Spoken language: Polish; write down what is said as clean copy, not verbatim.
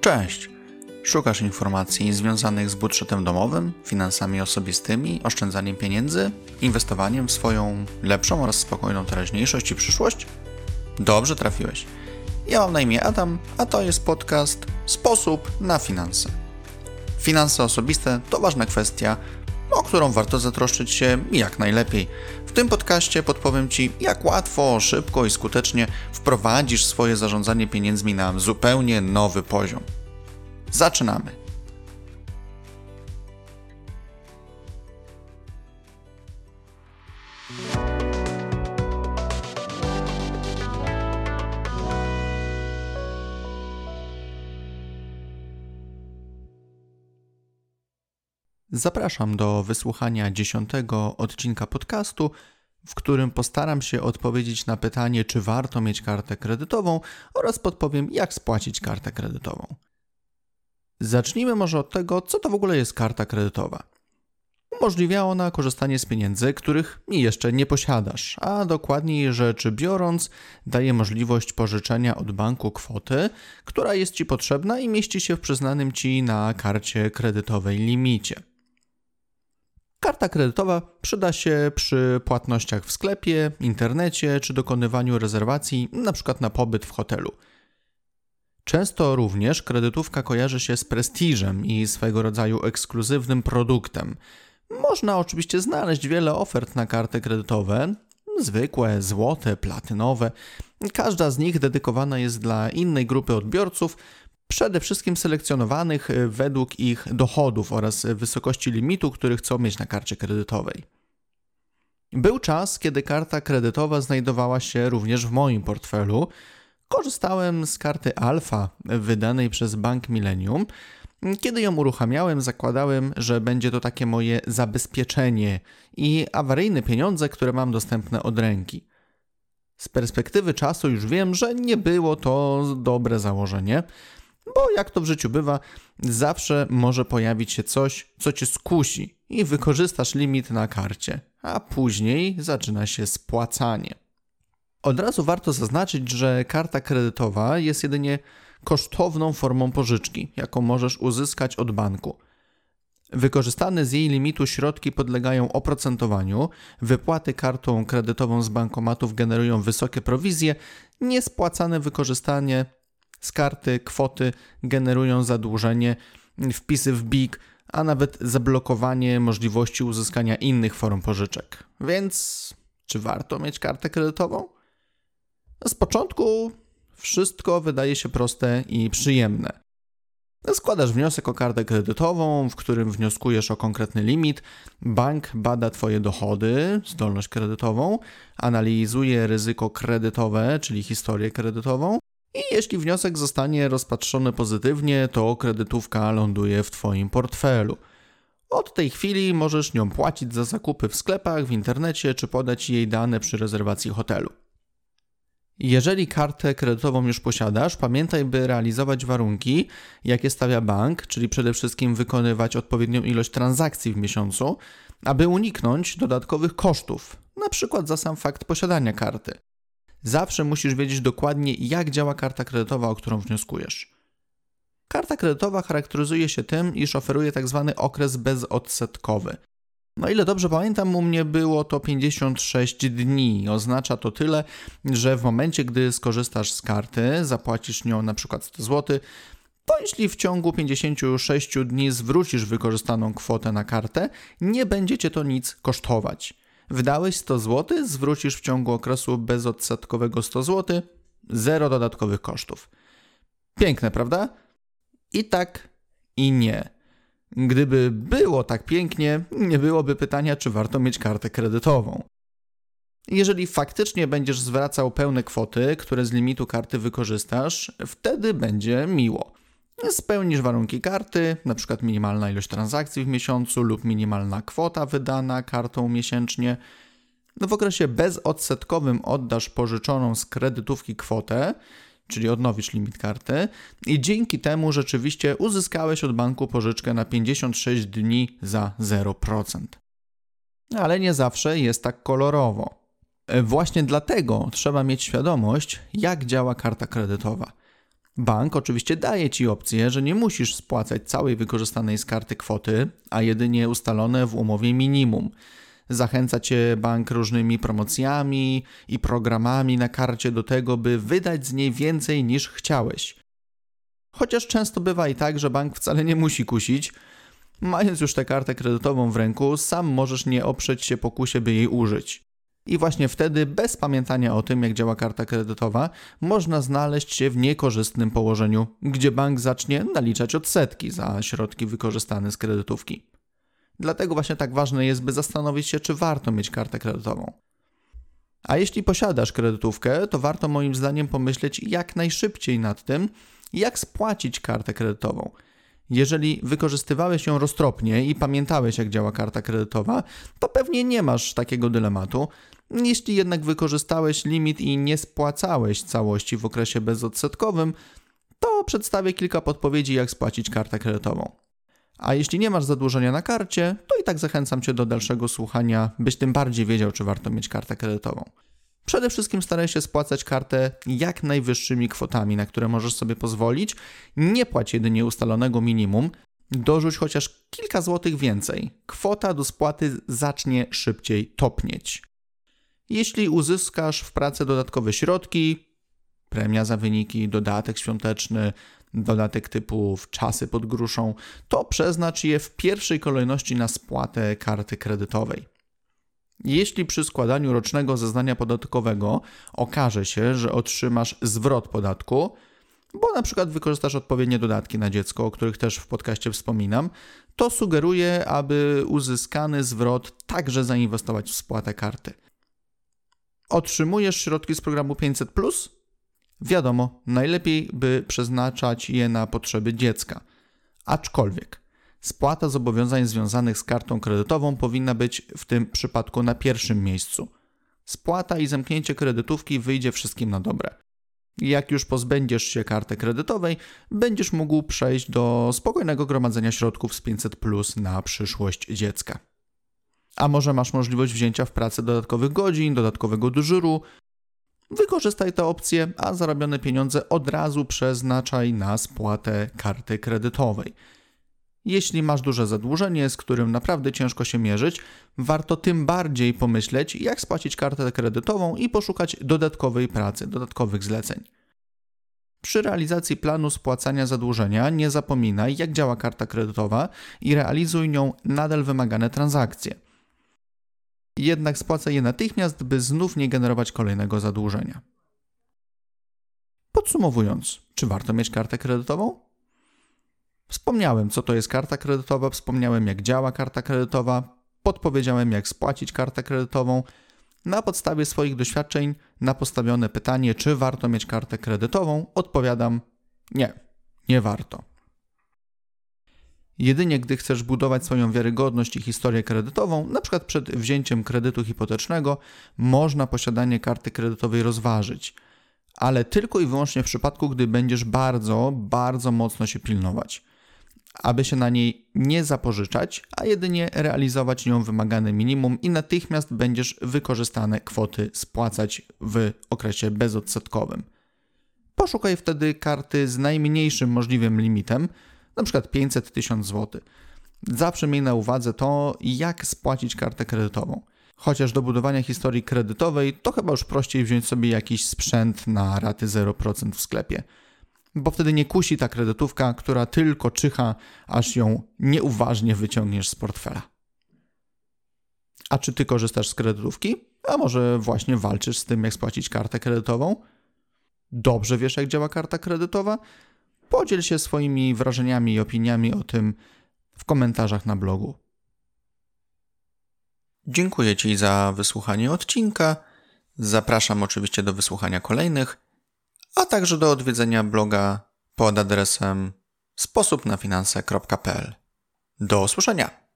Cześć! Szukasz informacji związanych z budżetem domowym, finansami osobistymi, oszczędzaniem pieniędzy, inwestowaniem w swoją lepszą oraz spokojną teraźniejszość i przyszłość? Dobrze trafiłeś. Ja mam na imię Adam, a to jest podcast Sposób na finanse. Finanse osobiste to ważna kwestia, o którą warto zatroszczyć się jak najlepiej. W tym podcaście podpowiem Ci, jak łatwo, szybko i skutecznie wprowadzisz swoje zarządzanie pieniędzmi na zupełnie nowy poziom. Zaczynamy! Zapraszam do wysłuchania 10. odcinka podcastu, w którym postaram się odpowiedzieć na pytanie, czy warto mieć kartę kredytową oraz podpowiem, jak spłacić kartę kredytową. Zacznijmy może od tego, co to w ogóle jest karta kredytowa. Umożliwia ona korzystanie z pieniędzy, których jeszcze nie posiadasz, a dokładniej rzecz biorąc, daje możliwość pożyczenia od banku kwoty, która jest Ci potrzebna i mieści się w przyznanym Ci na karcie kredytowej limicie. Karta kredytowa przyda się przy płatnościach w sklepie, internecie czy dokonywaniu rezerwacji, np. na pobyt w hotelu. Często również kredytówka kojarzy się z prestiżem i swego rodzaju ekskluzywnym produktem. Można oczywiście znaleźć wiele ofert na karty kredytowe, zwykłe, złote, platynowe. Każda z nich dedykowana jest dla innej grupy odbiorców, przede wszystkim selekcjonowanych według ich dochodów oraz wysokości limitu, który chcą mieć na karcie kredytowej. Był czas, kiedy karta kredytowa znajdowała się również w moim portfelu. Korzystałem z karty Alfa wydanej przez Bank Millennium. Kiedy ją uruchamiałem, zakładałem, że będzie to takie moje zabezpieczenie i awaryjne pieniądze, które mam dostępne od ręki. Z perspektywy czasu już wiem, że nie było to dobre założenie, bo jak to w życiu bywa, zawsze może pojawić się coś, co Cię skusi i wykorzystasz limit na karcie, a później zaczyna się spłacanie. Od razu warto zaznaczyć, że karta kredytowa jest jedynie kosztowną formą pożyczki, jaką możesz uzyskać od banku. Wykorzystane z jej limitu środki podlegają oprocentowaniu, wypłaty kartą kredytową z bankomatów generują wysokie prowizje, niespłacane wykorzystanie z karty kwoty generują zadłużenie, wpisy w BIK, a nawet zablokowanie możliwości uzyskania innych form pożyczek. Więc czy warto mieć kartę kredytową? Z początku wszystko wydaje się proste i przyjemne. Składasz wniosek o kartę kredytową, w którym wnioskujesz o konkretny limit, bank bada Twoje dochody, zdolność kredytową, analizuje ryzyko kredytowe, czyli historię kredytową i jeśli wniosek zostanie rozpatrzony pozytywnie, to kredytówka ląduje w Twoim portfelu. Od tej chwili możesz nią płacić za zakupy w sklepach, w internecie czy podać jej dane przy rezerwacji hotelu. Jeżeli kartę kredytową już posiadasz, pamiętaj, by realizować warunki, jakie stawia bank, czyli przede wszystkim wykonywać odpowiednią ilość transakcji w miesiącu, aby uniknąć dodatkowych kosztów, np. za sam fakt posiadania karty. Zawsze musisz wiedzieć dokładnie, jak działa karta kredytowa, o którą wnioskujesz. Karta kredytowa charakteryzuje się tym, iż oferuje tzw. okres bezodsetkowy. No ile dobrze pamiętam, u mnie było to 56 dni. Oznacza to tyle, że w momencie, gdy skorzystasz z karty, zapłacisz nią na przykład 100 zł, to jeśli w ciągu 56 dni zwrócisz wykorzystaną kwotę na kartę, nie będzie Cię to nic kosztować. Wydałeś 100 zł, zwrócisz w ciągu okresu bezodsetkowego 100 zł, zero dodatkowych kosztów. Piękne, prawda? I tak, i nie. Gdyby było tak pięknie, nie byłoby pytania, czy warto mieć kartę kredytową. Jeżeli faktycznie będziesz zwracał pełne kwoty, które z limitu karty wykorzystasz, wtedy będzie miło. Spełnisz warunki karty, np. minimalna ilość transakcji w miesiącu lub minimalna kwota wydana kartą miesięcznie. W okresie bezodsetkowym oddasz pożyczoną z kredytówki kwotę, czyli odnowisz limit karty i dzięki temu rzeczywiście uzyskałeś od banku pożyczkę na 56 dni za 0%. Ale nie zawsze jest tak kolorowo. Właśnie dlatego trzeba mieć świadomość, jak działa karta kredytowa. Bank oczywiście daje Ci opcję, że nie musisz spłacać całej wykorzystanej z karty kwoty, a jedynie ustalone w umowie minimum. Zachęca Cię bank różnymi promocjami i programami na karcie do tego, by wydać z niej więcej niż chciałeś. Chociaż często bywa i tak, że bank wcale nie musi kusić. Mając już tę kartę kredytową w ręku, sam możesz nie oprzeć się pokusie, by jej użyć. I właśnie wtedy, bez pamiętania o tym, jak działa karta kredytowa, można znaleźć się w niekorzystnym położeniu, gdzie bank zacznie naliczać odsetki za środki wykorzystane z kredytówki. Dlatego właśnie tak ważne jest, by zastanowić się, czy warto mieć kartę kredytową. A jeśli posiadasz kredytówkę, to warto moim zdaniem pomyśleć jak najszybciej nad tym, jak spłacić kartę kredytową. Jeżeli wykorzystywałeś ją roztropnie i pamiętałeś, jak działa karta kredytowa, to pewnie nie masz takiego dylematu. Jeśli jednak wykorzystałeś limit i nie spłacałeś całości w okresie bezodsetkowym, to przedstawię kilka podpowiedzi, jak spłacić kartę kredytową. A jeśli nie masz zadłużenia na karcie, to i tak zachęcam Cię do dalszego słuchania, byś tym bardziej wiedział, czy warto mieć kartę kredytową. Przede wszystkim staraj się spłacać kartę jak najwyższymi kwotami, na które możesz sobie pozwolić. Nie płać jedynie ustalonego minimum, dorzuć chociaż kilka złotych więcej. Kwota do spłaty zacznie szybciej topnieć. Jeśli uzyskasz w pracy dodatkowe środki, premia za wyniki, dodatek świąteczny, dodatek typu czasy pod gruszą, to przeznacz je w pierwszej kolejności na spłatę karty kredytowej. Jeśli przy składaniu rocznego zeznania podatkowego okaże się, że otrzymasz zwrot podatku, bo na przykład wykorzystasz odpowiednie dodatki na dziecko, o których też w podcaście wspominam, to sugeruję, aby uzyskany zwrot także zainwestować w spłatę karty. Otrzymujesz środki z programu 500+? Wiadomo, najlepiej by przeznaczać je na potrzeby dziecka. Aczkolwiek spłata zobowiązań związanych z kartą kredytową powinna być w tym przypadku na pierwszym miejscu. Spłata i zamknięcie kredytówki wyjdzie wszystkim na dobre. Jak już pozbędziesz się karty kredytowej, będziesz mógł przejść do spokojnego gromadzenia środków z 500+ na przyszłość dziecka. A może masz możliwość wzięcia w pracy dodatkowych godzin, dodatkowego dyżuru? Wykorzystaj tę opcję, a zarobione pieniądze od razu przeznaczaj na spłatę karty kredytowej. Jeśli masz duże zadłużenie, z którym naprawdę ciężko się mierzyć, warto tym bardziej pomyśleć, jak spłacić kartę kredytową i poszukać dodatkowej pracy, dodatkowych zleceń. Przy realizacji planu spłacania zadłużenia nie zapominaj, jak działa karta kredytowa i realizuj nią nadal wymagane transakcje. Jednak spłacaj je natychmiast, by znów nie generować kolejnego zadłużenia. Podsumowując, czy warto mieć kartę kredytową? Wspomniałem, co to jest karta kredytowa, wspomniałem, jak działa karta kredytowa, podpowiedziałem, jak spłacić kartę kredytową. Na podstawie swoich doświadczeń na postawione pytanie, czy warto mieć kartę kredytową, odpowiadam nie warto. Jedynie gdy chcesz budować swoją wiarygodność i historię kredytową, np. przed wzięciem kredytu hipotecznego, można posiadanie karty kredytowej rozważyć, ale tylko i wyłącznie w przypadku, gdy będziesz bardzo, bardzo mocno się pilnować, aby się na niej nie zapożyczać, a jedynie realizować nią wymagane minimum i natychmiast będziesz wykorzystane kwoty spłacać w okresie bezodsetkowym. Poszukaj wtedy karty z najmniejszym możliwym limitem, np. 500-1000 zł. Zawsze miej na uwadze to, jak spłacić kartę kredytową. Chociaż do budowania historii kredytowej to chyba już prościej wziąć sobie jakiś sprzęt na raty 0% w sklepie. Bo wtedy nie kusi ta kredytówka, która tylko czyha, aż ją nieuważnie wyciągniesz z portfela. A czy ty korzystasz z kredytówki? A może właśnie walczysz z tym, jak spłacić kartę kredytową? Dobrze wiesz, jak działa karta kredytowa? Podziel się swoimi wrażeniami i opiniami o tym w komentarzach na blogu. Dziękuję Ci za wysłuchanie odcinka. Zapraszam oczywiście do wysłuchania kolejnych, a także do odwiedzenia bloga pod adresem sposobnafinanse.pl. Do usłyszenia!